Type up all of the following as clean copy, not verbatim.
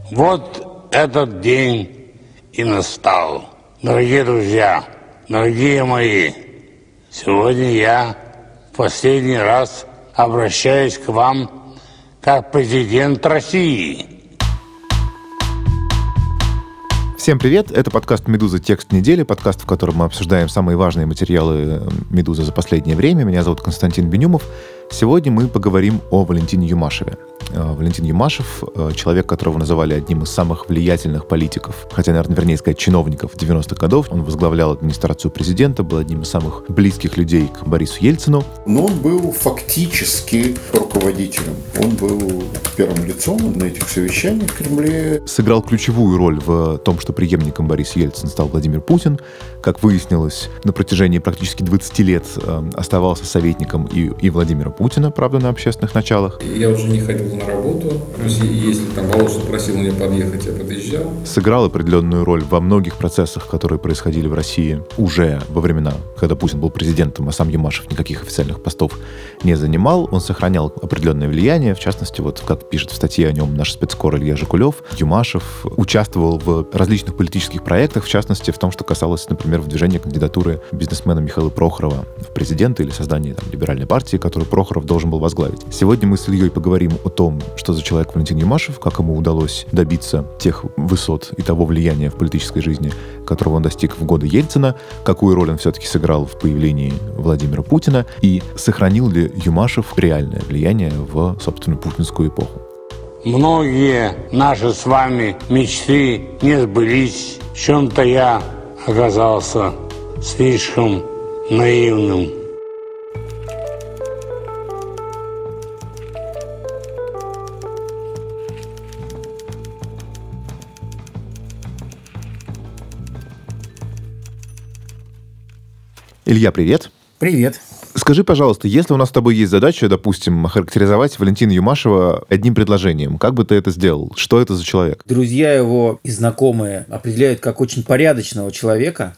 Вот этот день и настал. Дорогие друзья, дорогие мои, сегодня я в последний раз обращаюсь к вам как президент России. Всем привет! Это подкаст «Медуза. Текст недели», подкаст, в котором мы обсуждаем самые важные материалы «Медузы» за последнее время. Меня зовут Константин Бенюмов. Сегодня мы поговорим о Валентине Юмашеве. Валентин Юмашев — человек, которого называли одним из самых влиятельных политиков, хотя, наверное, вернее сказать, чиновников 90-х годов. Он возглавлял администрацию президента, был одним из самых близких людей к Борису Ельцину. Но он был фактически руководителем. Он был первым лицом на этих совещаниях в Кремле. Сыграл ключевую роль в том, что преемником Бориса Ельцина стал Владимир Путин. Как выяснилось, на протяжении практически 20 лет оставался советником и Владимира Путина, правда, на общественных началах. Я уже не ходил на работу. Если там Волошин просил меня подъехать, я подъезжал. Сыграл определенную роль во многих процессах, которые происходили в России уже во времена, когда Путин был президентом, а сам Юмашев никаких официальных постов не занимал. Он сохранял определенное влияние. В частности, вот как пишет в статье о нем наш спецкор Илья Жикулев, Юмашев участвовал в различных политических проектах, в частности, в том, что касалось, например, выдвижения кандидатуры бизнесмена Михаила Прохорова в президенты или создания либеральной партии, которую Прохоров должен был возглавить. Сегодня мы с Ильей поговорим о том, что за человек Валентин Юмашев, как ему удалось добиться тех высот и того влияния в политической жизни, которого он достиг в годы Ельцина, какую роль он все-таки сыграл в появлении Владимира Путина и сохранил ли Юмашев реальное влияние в, собственно, путинскую эпоху. Многие наши с вами мечты не сбылись. В чем-то я оказался слишком наивным. Илья, привет. Привет. Скажи, пожалуйста, если у нас с тобой есть задача, допустим, охарактеризовать Валентина Юмашева одним предложением, как бы ты это сделал? Что это за человек? Друзья его и знакомые определяют как очень порядочного человека.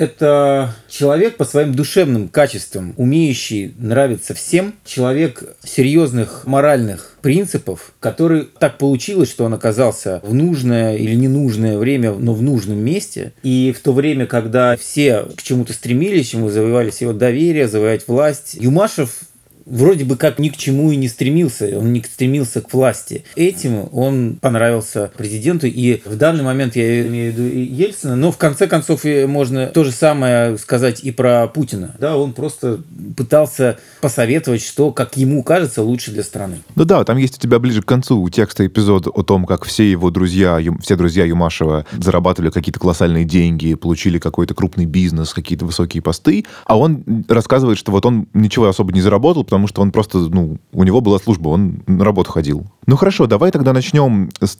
Это человек по своим душевным качествам, умеющий нравиться всем, человек серьезных моральных принципов, который так получилось, что он оказался в нужное или ненужное время, но в нужном месте. И в то время, когда все к чему-то стремились, ему завоевали его доверие, завоевать власть, Юмашев вроде бы как ни к чему и не стремился, он не стремился к власти. Этим он понравился президенту, и в данный момент я имею в виду Ельцина, но в конце концов можно то же самое сказать и про Путина. Да, он просто пытался посоветовать, что, как ему кажется, лучше для страны. Ну да, там есть у тебя ближе к концу текста эпизод о том, как все его друзья, все друзья Юмашева зарабатывали какие-то колоссальные деньги, получили какой-то крупный бизнес, какие-то высокие посты, а он рассказывает, что вот он ничего особо не заработал, потому что он просто, у него была служба, он на работу ходил. Ну хорошо, давай тогда начнем с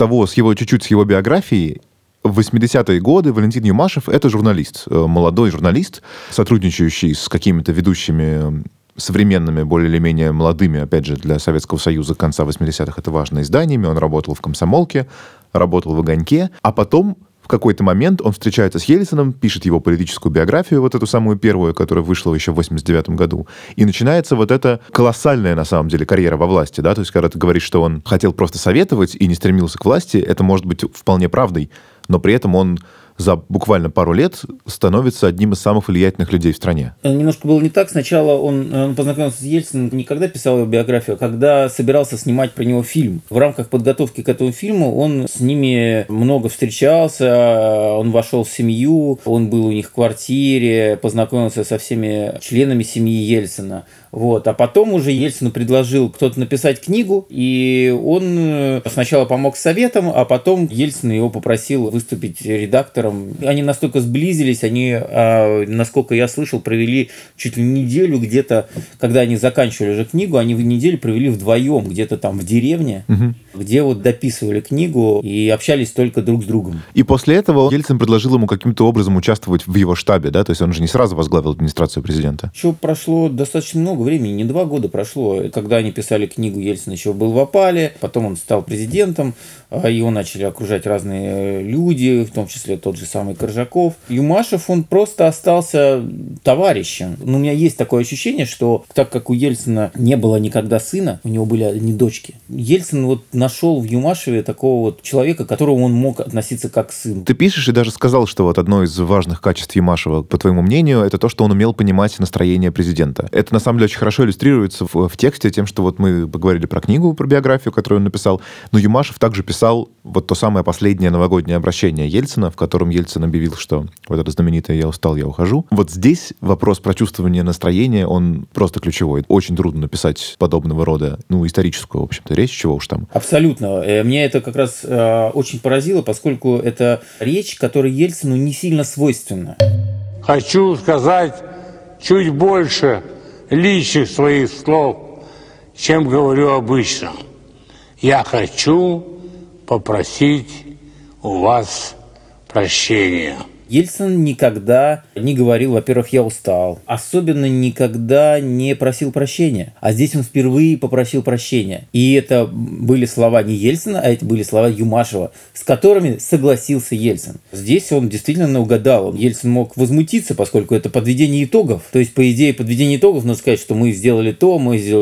его биографии. В 80-е годы Валентин Юмашев — это журналист, молодой журналист, сотрудничающий с какими-то ведущими современными, более или менее молодыми, опять же, для Советского Союза конца 80-х это важно, изданиями. Он работал в «Комсомолке», работал в «Огоньке», а потом в какой-то момент он встречается с Ельциным, пишет его политическую биографию, вот эту самую первую, которая вышла еще в 89 году. И начинается вот эта колоссальная, на самом деле, карьера во власти, да, то есть, когда ты говоришь, что он хотел просто советовать и не стремился к власти, это может быть вполне правдой, но при этом он за буквально пару лет становится одним из самых влиятельных людей в стране. Немножко было не так. Сначала он познакомился с Ельциным не когда писал его биографию, а когда собирался снимать про него фильм. В рамках подготовки к этому фильму он с ними много встречался, он вошел в семью, он был у них в квартире, познакомился со всеми членами семьи Ельцина. Вот. А потом уже Ельцину предложил кто-то написать книгу, и он сначала помог с советом, а потом Ельцин его попросил выступить редактором. Они настолько сблизились, они, насколько я слышал, провели чуть ли не неделю где-то, когда они заканчивали уже книгу, они в неделю провели вдвоем где-то там в деревне, где вот дописывали книгу и общались только друг с другом. И после этого Ельцин предложил ему каким-то образом участвовать в его штабе, да? То есть он же не сразу возглавил администрацию президента. Еще прошло достаточно много времени, не 2 года прошло. Когда они писали книгу, Ельцин еще был в опале, потом он стал президентом, его начали окружать разные люди, в том числе тот же самый Коржаков. Юмашев, он просто остался товарищем. Но у меня есть такое ощущение, что так как у Ельцина не было никогда сына, у него были одни дочки, Ельцин вот нашел в Юмашеве такого вот человека, к которому он мог относиться как к сыну. Ты пишешь и даже сказал, что вот одно из важных качеств Юмашева, по твоему мнению, это то, что он умел понимать настроение президента. Это, на самом деле, очень хорошо иллюстрируется в тексте тем, что вот мы поговорили про книгу, про биографию, которую он написал, но Юмашев также писал вот то самое последнее новогоднее обращение Ельцина, в котором Ельцин объявил, что вот это знаменитое «я устал, я ухожу». Вот здесь вопрос про чувствование настроения, он просто ключевой. Очень трудно написать подобного рода, историческую, в общем-то, речь, чего уж там. Абсолютно. Меня это как раз очень поразило, поскольку это речь, которая Ельцину не сильно свойственна. Хочу сказать чуть больше личных своих слов, чем говорю обычно. Я хочу попросить у вас прощения. Ельцин никогда не говорил, во-первых, «я устал». Особенно никогда не просил прощения. А здесь он впервые попросил прощения. И это были слова не Ельцина, а это были слова Юмашева, с которыми согласился Ельцин. Здесь он действительно угадал. Ельцин мог возмутиться, поскольку это подведение итогов. То есть, по идее, подведение итогов, надо сказать, что мы сделали то,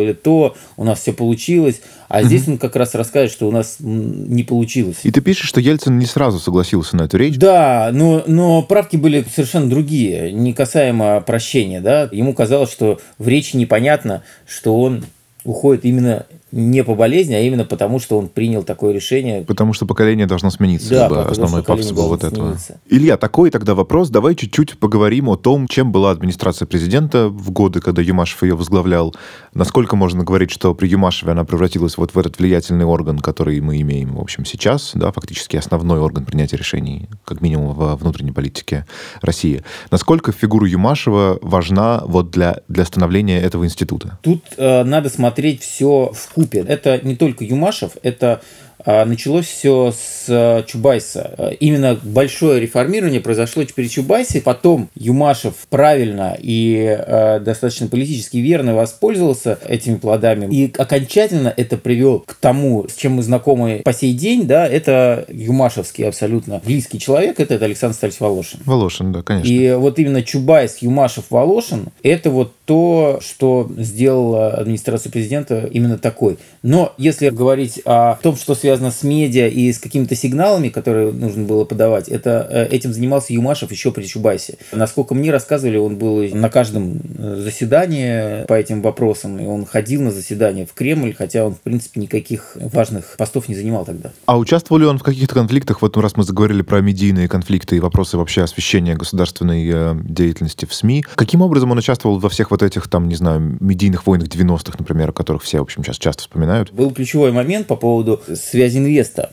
у нас все получилось. А здесь он как раз расскажет, что у нас не получилось. И ты пишешь, что Ельцин не сразу согласился на эту речь. Да, но правки были совершенно другие, не касаемо прощения. Да? Ему казалось, что в речи непонятно, что он уходит именно не по болезни, а именно потому, что он принял такое решение. Потому что поколение должно смениться. Да, основной пафос был вот этого. смениться. Илья, такой тогда вопрос. Давай чуть-чуть поговорим о том, чем была администрация президента в годы, когда Юмашев ее возглавлял. Насколько можно говорить, что при Юмашеве она превратилась вот в этот влиятельный орган, который мы имеем, в общем, сейчас, да, фактически основной орган принятия решений, как минимум во внутренней политике России. Насколько фигура Юмашева важна вот для становления этого института? Тут надо смотреть все вкупе. Это не только Юмашев, это началось все с Чубайса. Именно большое реформирование произошло при Чубайсе. Потом Юмашев правильно и достаточно политически верно воспользовался этими плодами. И окончательно это привел к тому, с чем мы знакомы по сей день. Да, это юмашевский абсолютно близкий человек. Это Александр Сталич Волошин. Волошин, да, конечно. И вот именно Чубайс, Юмашев, Волошин – это вот то, что сделала администрация президента именно такой. Но если говорить о том, что связано с медиа и с какими-то сигналами, которые нужно было подавать, этим занимался Юмашев еще при Чубайсе. Насколько мне рассказывали, он был на каждом заседании по этим вопросам, и он ходил на заседания в Кремль, хотя он, в принципе, никаких важных постов не занимал тогда. А участвовал ли он в каких-то конфликтах? Вот раз мы заговорили про медийные конфликты и вопросы вообще освещения государственной деятельности в СМИ. Каким образом он участвовал во всех вот этих, там, не знаю, медийных войнах 90-х, например, о которых все, в общем, сейчас часто вспоминают? Был ключевой момент по поводу связи инвеста,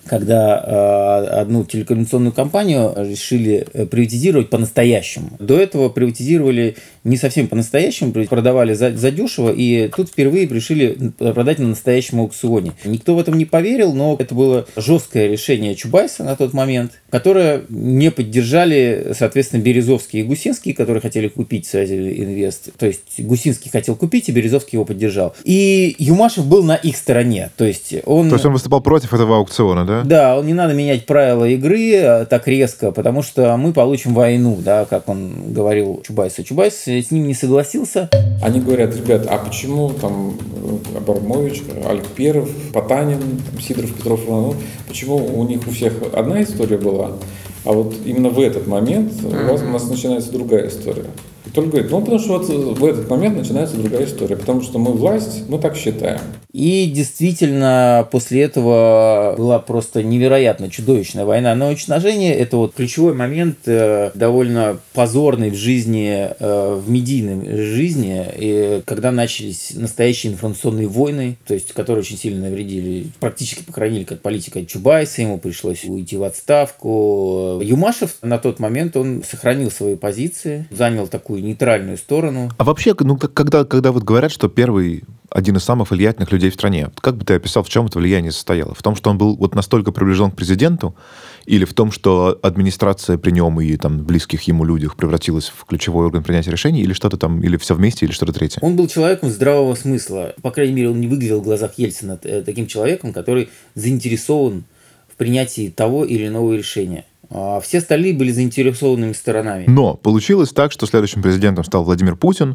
когда одну телекоммуникационную компанию решили приватизировать по-настоящему. До этого приватизировали не совсем по-настоящему, продавали за дешево, и тут впервые решили продать на настоящем аукционе. Никто в этом не поверил, но это было жесткое решение Чубайса на тот момент, которое не поддержали, соответственно, Березовский и Гусинский, которые хотели купить Связи Инвест. То есть Гусинский хотел купить, и Березовский его поддержал. И Юмашев был на их стороне. То есть он выступал против этого аукциона, да? Да, не надо менять правила игры так резко, потому что мы получим войну, да, как он говорил Чубайсу. Чубайс с ним не согласился. Они говорят: ребят, а почему там Абрамович, Олег Перов, Потанин, Сидоров, Петров, Иванов, почему у них у всех одна история была, а вот именно в этот момент у нас начинается другая история? И только говорит, потому что вот в этот момент начинается другая история, потому что мы власть, мы так считаем. И действительно, после этого была просто невероятно чудовищная война на уничтожение. Это вот ключевой момент, довольно позорный в жизни, в медийной жизни, и когда начались настоящие информационные войны, то есть, которые очень сильно навредили, практически похоронили как политика Чубайса, ему пришлось уйти в отставку. Юмашев на тот момент, он сохранил свои позиции, занял такую нейтральную сторону. А вообще, когда вот говорят, что первый один из самых влиятельных людей в стране, как бы ты описал, в чем это влияние состояло? В том, что он был вот настолько приближен к президенту, или в том, что администрация при нем и там близких ему людях превратилась в ключевой орган принятия решений, или что-то там, или все вместе, или что-то третье? Он был человеком здравого смысла. По крайней мере, он не выглядел в глазах Ельцина таким человеком, который заинтересован в принятии того или иного решения. А все остальные были заинтересованными сторонами. Но получилось так, что следующим президентом стал Владимир Путин,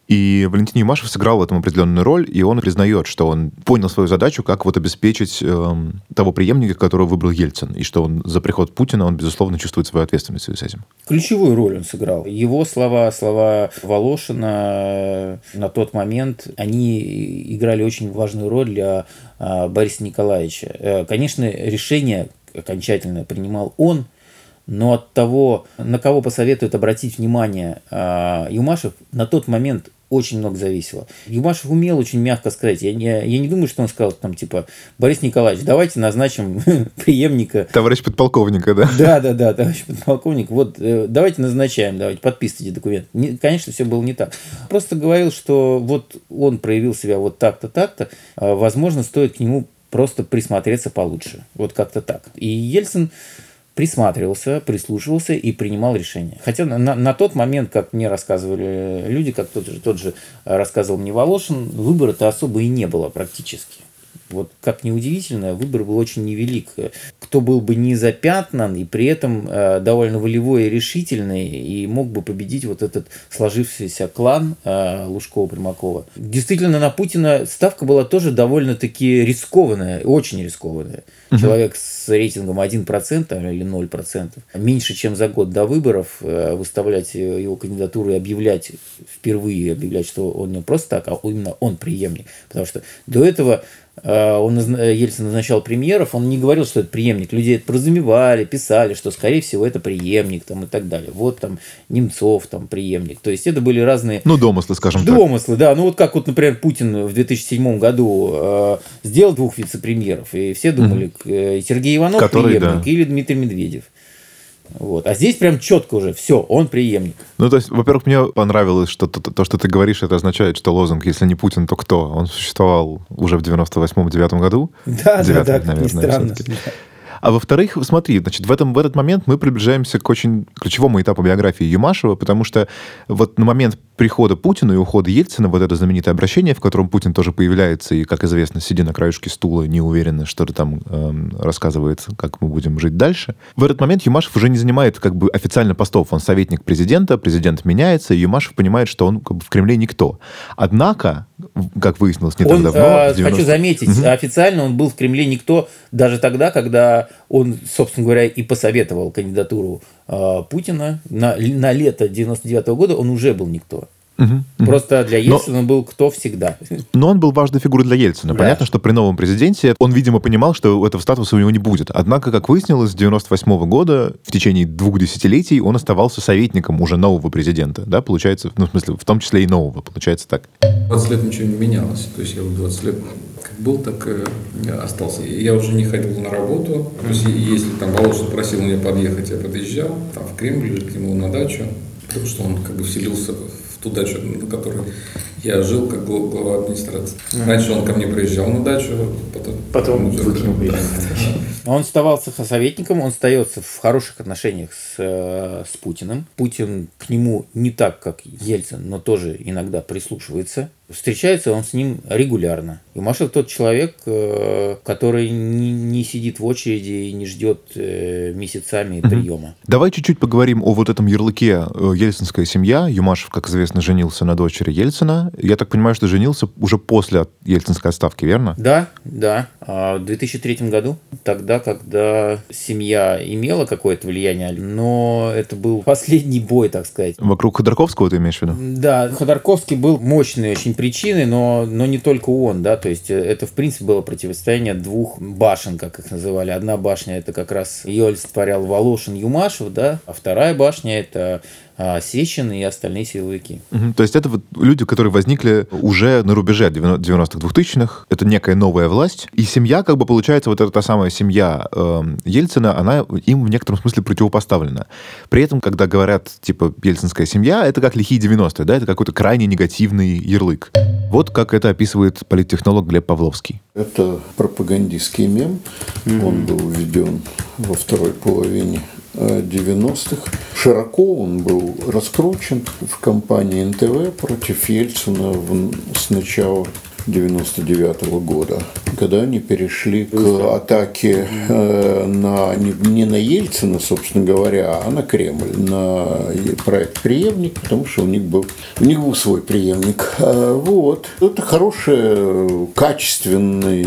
И Валентин Юмашев сыграл в этом определенную роль, и он признает, что он понял свою задачу, как вот обеспечить того преемника, которого выбрал Ельцин, и что он за приход Путина, он, безусловно, чувствует свою ответственность в связи с этим. Ключевую роль он сыграл. Его слова Волошина на тот момент, они играли очень важную роль для Бориса Николаевича. Конечно, решение окончательно принимал он, но от того, на кого посоветует обратить внимание Юмашев, на тот момент очень много зависело. Юмашев умел очень мягко сказать. Я не думаю, что он сказал, там, типа, Борис Николаевич, давайте назначим преемника. Товарищ подполковника, да? Да, товарищ подполковник. Вот, давайте назначаем, давайте подписывайте документ. Конечно, все было не так. Просто говорил, что вот он проявил себя вот так-то, так-то. Возможно, стоит к нему просто присмотреться получше. Вот как-то так. И Ельцин присматривался, прислушивался и принимал решения. Хотя на тот момент, как мне рассказывали люди, как тот же рассказывал мне Волошин, выбора-то особо и не было практически. Вот как ни удивительно, выбор был очень невелик. Кто был бы не запятнан и при этом довольно волевой и решительный, и мог бы победить вот этот сложившийся клан Лужкова-Примакова. Действительно, на Путина ставка была тоже довольно-таки рискованная, очень рискованная. Человек с рейтингом 1% или 0%, меньше, чем за год до выборов, выставлять его кандидатуру и впервые объявлять, что он не просто так, а именно он преемник. Потому что до этого Ельцин назначал премьеров, он не говорил, что это преемник. Люди это подразумевали, писали, что, скорее всего, это преемник там, и так далее. Вот там Немцов там преемник. То есть это были разные... Домыслы, скажем так. Домыслы, да. Вот как вот, например, Путин в 2007 году сделал 2 вице-премьеров, и все думали, Сергей Иванов преемник или Дмитрий Медведев. Вот. А здесь прям четко уже, все, он преемник. То есть, во-первых, мне понравилось, что то, что ты говоришь, это означает, что лозунг «если не Путин, то кто?» Он существовал уже в 98-9 году. Да, как ни странно. А во-вторых, смотри, значит, в этот момент мы приближаемся к очень ключевому этапу биографии Юмашева, потому что вот на момент прихода Путина и ухода Ельцина, вот это знаменитое обращение, в котором Путин тоже появляется, и, как известно, сидя на краешке стула, неуверенно что-то там рассказывает, как мы будем жить дальше. В этот момент Юмашев уже не занимает как бы официально постов. Он советник президента, президент меняется, и Юмашев понимает, что он как бы в Кремле никто. Однако, как выяснилось не так давно... Хочу заметить, официально он был в Кремле никто даже тогда, когда он, собственно говоря, и посоветовал кандидатуру Путина. На лето 99 года он уже был никто. Просто для Ельцина он был кто всегда. Но он был важной фигурой для Ельцина. Да. Понятно, что при новом президенте он, видимо, понимал, что этого статуса у него не будет. Однако, как выяснилось, с 98 года в течение 2 десятилетий он оставался советником уже нового президента. Да, получается, в смысле, в том числе и нового. Получается так. 20 лет ничего не менялось. То есть я 20 лет как был, так и остался. Я уже не ходил на работу. То есть если там Волошин просил меня подъехать, я подъезжал там в Кремль или к нему на дачу. Потому что он как бы вселился в ту дачу, на которой я жил как глава администрации. Раньше он ко мне приезжал на дачу, потом выкинул. Он оставался советником, он остается в хороших отношениях с Путиным. Путин к нему не так, как Ельцин, но тоже иногда прислушивается. Встречается он с ним регулярно. Юмашев тот человек, который не сидит в очереди и не ждет месяцами приема. Давай чуть-чуть поговорим о вот этом ярлыке «Ельцинская семья». Юмашев, как известно, женился на дочери Ельцина. Я так понимаю, что женился уже после ельцинской отставки, верно? Да. В 2003 году, тогда, когда семья имела какое-то влияние, но это был последний бой, так сказать. Вокруг Ходорковского ты имеешь в виду? Да, Ходорковский был мощной очень причиной, но не только он, да, то есть это, в принципе, было противостояние 2 башен, как их называли. Одна башня, это как раз ее олицетворял Волошин, Юмашев, да, а вторая башня, это Сечин и остальные силовики. То есть это вот люди, которые возникли уже на рубеже 90-х, 2000-х. Это некая новая власть. И семья, как бы получается, вот эта та самая семья Ельцина, она им в некотором смысле противопоставлена. При этом, когда говорят, типа, ельцинская семья, это как лихие 90-е, да, это какой-то крайне негативный ярлык. Вот как это описывает политтехнолог Глеб Павловский. Это пропагандистский мем. Он был введен во второй половине 90-х. Широко он был раскручен в кампании НТВ против Ельцина сначала 99 года, когда они перешли к атаке не на Ельцина, собственно говоря, а на Кремль, на проект «Преемник», потому что у них был свой преемник. Вот. Это хороший, качественный,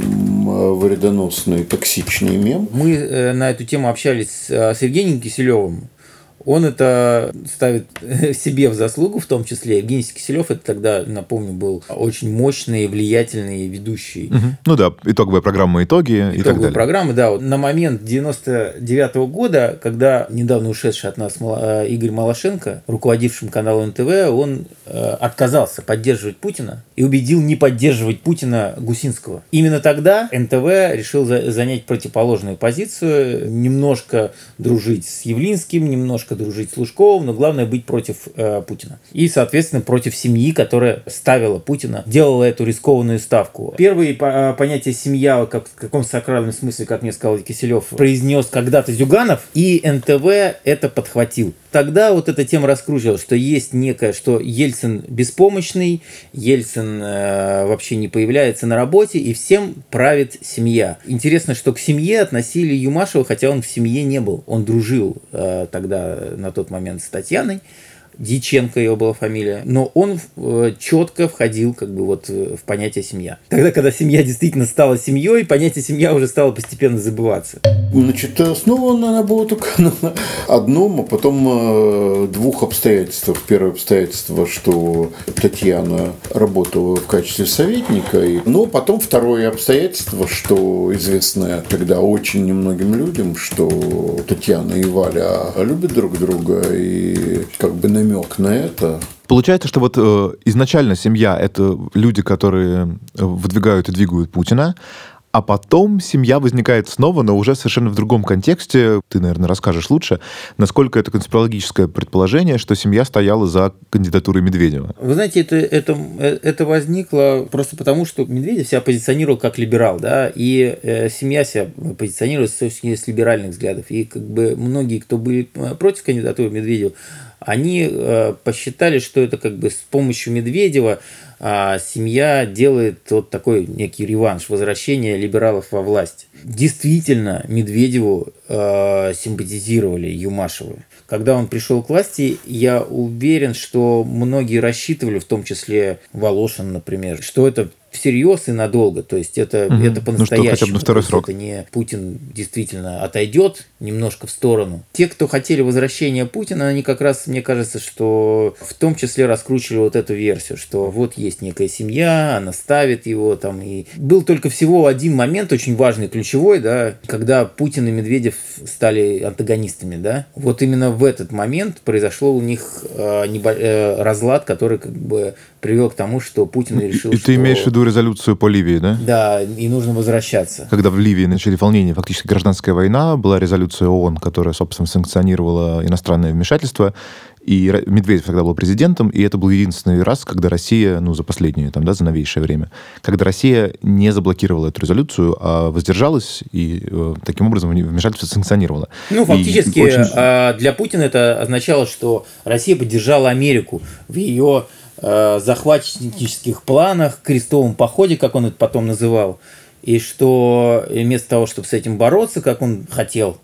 вредоносный, токсичный мем. Мы на эту тему общались с Евгением Киселевым. Он это ставит себе в заслугу, в том числе. Евгений Киселев, это тогда, напомню, был очень мощный, влиятельный ведущий. Ну да, итоговая программа «Итоги» и так далее. Программа, да. Вот на момент 99 года, когда недавно ушедший от нас Игорь Малашенко, руководившим каналом НТВ, он отказался поддерживать Путина и убедил не поддерживать Путина Гусинского. Именно тогда НТВ решил занять противоположную позицию, немножко дружить с Явлинским, немножко дружить с Лужковым, но главное быть против Путина. И, соответственно, против семьи, которая ставила Путина, делала эту рискованную ставку. Первое понятие «семья», как в каком сакральном смысле, как мне сказал Киселев, произнес когда-то Зюганов, и НТВ это подхватил. Тогда вот эта тема раскручивалась, что есть некое, что Ельцин беспомощный, Ельцин вообще не появляется на работе, и всем правит семья. Интересно, что к семье относили Юмашева, хотя он в семье не был. Он дружил тогда на тот момент с Татьяной, Дьяченко его была фамилия, но он четко входил как бы вот в понятие семья. Тогда, когда семья действительно стала семьей, понятие семья уже стало постепенно забываться. Значит, основано она была только на одном, а потом двух обстоятельствах. Первое обстоятельство, что Татьяна работала в качестве советника, но потом второе обстоятельство, что известное тогда очень немногим людям, что Татьяна и Валя любят друг друга, и как бы намек на это. Получается, что вот изначально семья — это люди, которые выдвигают и двигают Путина, а потом семья возникает снова, но уже совершенно в другом контексте. Ты, наверное, расскажешь лучше, насколько это конспирологическое предположение, что семья стояла за кандидатурой Медведева. Вы знаете, это возникло просто потому, что Медведев себя позиционировал как либерал, да, и семья себя позиционирует с точки зрения либеральных взглядов. И как бы многие, кто были против кандидатуры Медведева, они посчитали, что это как бы с помощью Медведева семья делает вот такой некий реванш, возвращение либералов во власть. Действительно, Медведеву симпатизировали Юмашевы. Когда он пришел к власти, я уверен, что многие рассчитывали, в том числе Волошин, например, что это всерьез и надолго, то есть это по-настоящему. Ну что, хотя бы на второй срок. Это не Путин действительно отойдет немножко в сторону. Те, кто хотели возвращения Путина, они как раз, мне кажется, что в том числе раскручивали вот эту версию, что вот есть некая семья, она ставит его там. И был только всего один момент, очень важный, ключевой, да, когда Путин и Медведев стали антагонистами, да. Вот именно в этот момент произошло у них разлад, который как бы привел к тому, что Путин решил, и ты имеешь в виду резолюцию по Ливии, да? Да, и нужно возвращаться. Когда в Ливии начали волнения, фактически гражданская война, была резолюция ООН, которая, собственно, санкционировала иностранное вмешательство, и Медведев тогда был президентом, и это был единственный раз, когда Россия, за последнее, за новейшее время, когда Россия не заблокировала эту резолюцию, а воздержалась и таким образом вмешательство санкционировала. Фактически для Путина это означало, что Россия поддержала Америку в ее захватнических планах, крестовом походе, как он это потом называл, и что вместо того, чтобы с этим бороться, как он хотел,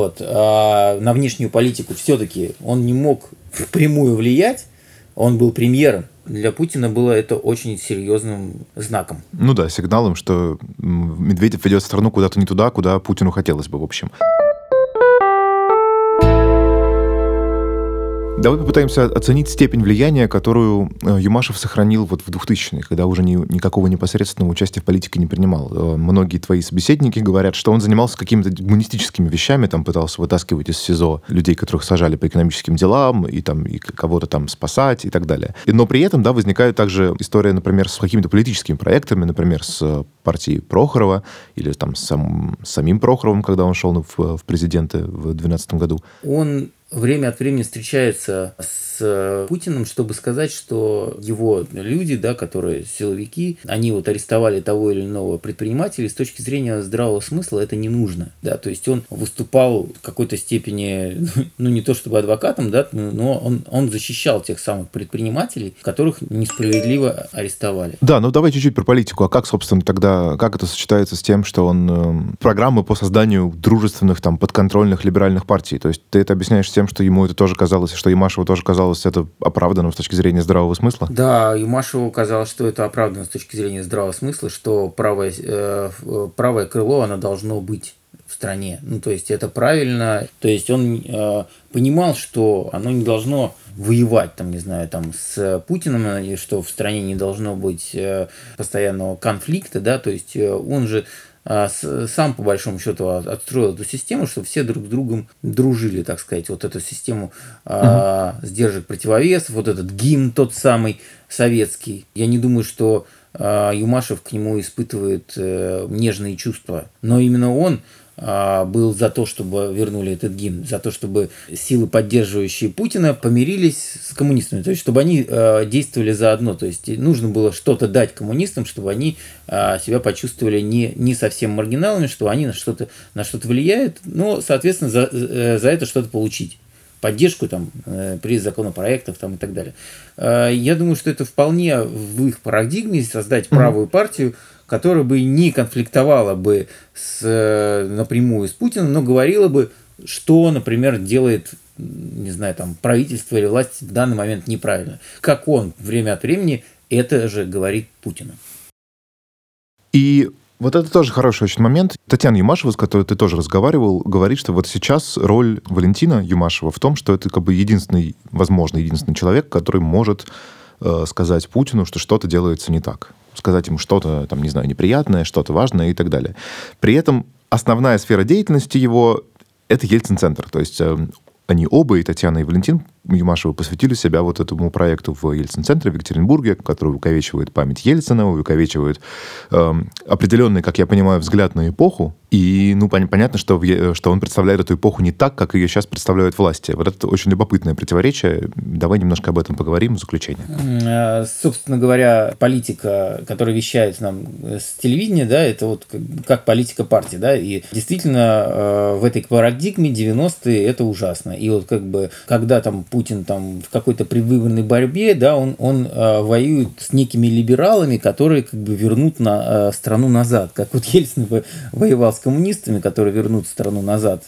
на внешнюю политику все-таки он не мог впрямую влиять, он был премьером. Для Путина было это очень серьезным знаком. Сигналом, что Медведев ведет страну куда-то не туда, куда Путину хотелось бы, в общем. Давай попытаемся оценить степень влияния, которую Юмашев сохранил в 2000-е, когда уже никакого непосредственного участия в политике не принимал. Многие твои собеседники говорят, что он занимался какими-то гуманистическими вещами, пытался вытаскивать из СИЗО людей, которых сажали по экономическим делам, и кого-то спасать и так далее. Но при этом, возникает также история, например, с какими-то политическими проектами, например, с партией Прохорова или с самим Прохоровым, когда он шел в президенты в 2012 году. Он время от времени встречается с Путиным, чтобы сказать, что его люди, да, которые силовики, они вот арестовали того или иного предпринимателя, и с точки зрения здравого смысла это не нужно. Да, то есть он выступал в какой-то степени, ну не то чтобы адвокатом, да, но он защищал тех самых предпринимателей, которых несправедливо арестовали. Да, ну давай чуть-чуть про политику. А как, собственно, тогда, как это сочетается с тем, что он программы по созданию дружественных, там, подконтрольных либеральных партий? То есть ты это объясняешь тем, что ему это тоже казалось, что Юмашеву тоже казалось это оправданным с точки зрения здравого смысла? Да, Юмашеву казалось, что это оправдано с точки зрения здравого смысла, что правое крыло, оно должно быть в стране. Ну, то есть это правильно. То есть он понимал, что оно не должно воевать, там, не знаю, там, с Путиным, и что в стране не должно быть постоянного конфликта, да, то есть он же сам, по большому счету, отстроил эту систему, чтобы все друг с другом дружили, так сказать, вот эту систему сдержек противовесов, вот этот гимн тот самый советский. Я не думаю, что Юмашев к нему испытывает нежные чувства, но именно он был за то, чтобы вернули этот гимн, за то, чтобы силы, поддерживающие Путина, помирились с коммунистами, то есть чтобы они действовали заодно, то есть нужно было что-то дать коммунистам, чтобы они себя почувствовали не совсем маргиналами, что они на что-то влияют, но, соответственно, за это что-то получить. Поддержку там, при законопроектах там, и так далее. Я думаю, что это вполне в их парадигме создать правую партию, которая бы не конфликтовала бы напрямую с Путиным, но говорила бы, что, например, делает, не знаю, там, правительство или власть в данный момент неправильно. Как он время от времени это же говорит Путину. И вот это тоже хороший очень момент. Татьяна Юмашева, с которой ты тоже разговаривал, говорит, что вот сейчас роль Валентина Юмашева в том, что это как бы единственный человек, который может сказать Путину, что что-то делается не так. Сказать ему что-то, там, не знаю, неприятное, что-то важное и так далее. При этом основная сфера деятельности его — это Ельцин-центр. То есть они оба, и Татьяна, и Валентин Юмашева, посвятили себя вот этому проекту в Ельцин-центре в Екатеринбурге, который увековечивает память Ельцина, увековечивает определенный, как я понимаю, взгляд на эпоху. И, ну, понятно, что он представляет эту эпоху не так, как ее сейчас представляют власти. Вот это очень любопытное противоречие. Давай немножко об этом поговорим в заключение. Собственно говоря, политика, которая вещает нам с телевидения, да, это вот как политика партии, да, и действительно в этой парадигме 90-е это ужасно. И вот как бы, когда там Путин там в какой-то предвыборной борьбе, да, он воюет с некими либералами, которые как бы вернут страну назад. Как вот Ельцин воевал с коммунистами, которые вернут страну назад.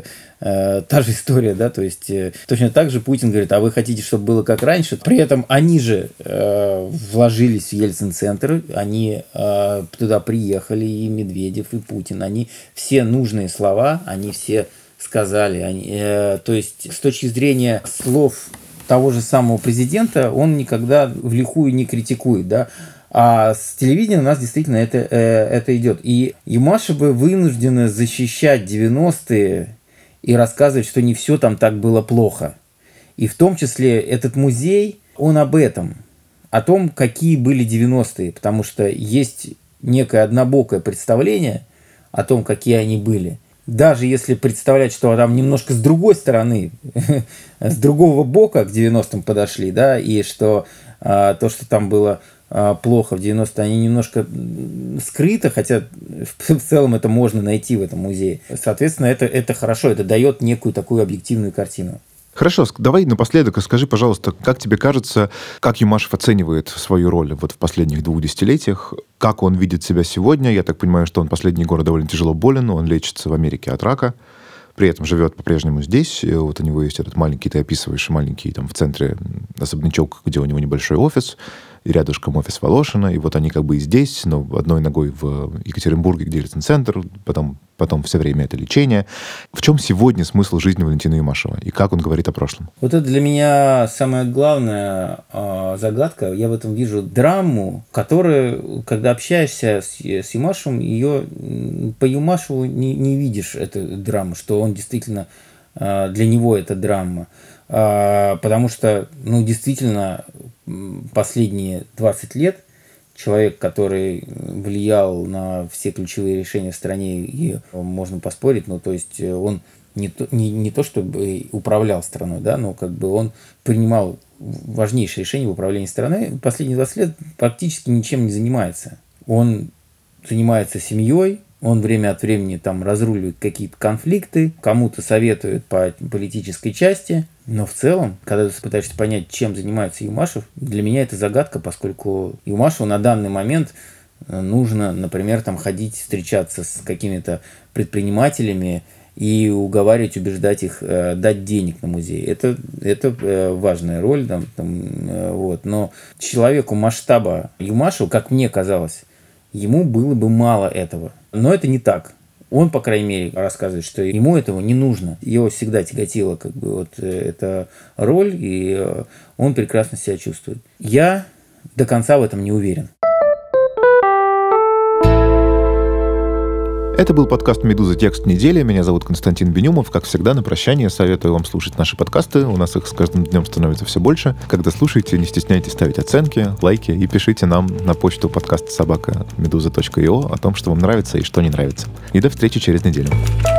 Та же история, да, то есть точно так же Путин говорит, а вы хотите, чтобы было как раньше? При этом они же вложились в Ельцин-центр, они туда приехали, и Медведев, и Путин, они все нужные слова, они все сказали. То есть с точки зрения слов того же самого президента, он никогда влихую не критикует, да. А с телевидения у нас действительно это идет. И Юмашевы вынуждены защищать 90-е и рассказывать, что не все там так было плохо. И в том числе этот музей, он об этом, о том, какие были 90-е, потому что есть некое однобокое представление о том, какие они были. Даже если представлять, что там немножко с другой стороны, с другого бока к 90-м подошли, да, и что то, что там было плохо в 90-е, они немножко скрыто, хотя в целом это можно найти в этом музее. Соответственно, это хорошо, это дает некую такую объективную картину. Хорошо, давай напоследок скажи, пожалуйста, как тебе кажется, как Юмашев оценивает свою роль вот в последних 2 десятилетиях, как он видит себя сегодня? Я так понимаю, что он последние годы довольно тяжело болен, он лечится в Америке от рака, при этом живет по-прежнему здесь. И вот у него есть этот маленький, ты описываешь, маленький там в центре особнячок, где у него небольшой офис, и рядышком офис Волошина, и вот они как бы и здесь, но одной ногой в Екатеринбурге, где Ельцин-центр, потом все время это лечение. В чем сегодня смысл жизни Валентина Юмашева, и как он говорит о прошлом? Вот это для меня самая главная загадка. Я в этом вижу драму, которая, когда общаешься с Юмашевым, ее по Юмашеву не видишь эту драму, что он действительно, для него это драма. Потому что, ну, действительно, последние 20 лет человек, который влиял на все ключевые решения в стране, и можно поспорить, ну, то есть он Не то, чтобы управлял страной, да, но как бы он принимал важнейшие решения в управлении страной. Последние 20 лет практически ничем не занимается. Он занимается семьей, он время от времени там разруливает какие-то конфликты, кому-то советует по политической части. Но в целом, когда ты пытаешься понять, чем занимается Юмашев, для меня это загадка, поскольку Юмашеву на данный момент нужно, например, там ходить, встречаться с какими-то предпринимателями и уговаривать, убеждать их дать денег на музей. Это важная роль. Вот. Но человеку масштаба Юмашева, как мне казалось, ему было бы мало этого. Но это не так. Он, по крайней мере, рассказывает, что ему этого не нужно. Его всегда тяготила как бы вот эта роль, и он прекрасно себя чувствует. Я до конца в этом не уверен. Это был подкаст «Медуза. Текст недели». Меня зовут Константин Бенюмов. Как всегда, на прощание советую вам слушать наши подкасты. У нас их с каждым днем становится все больше. Когда слушаете, не стесняйтесь ставить оценки, лайки и пишите нам на почту подкаст@meduza.io о том, что вам нравится и что не нравится. И до встречи через неделю.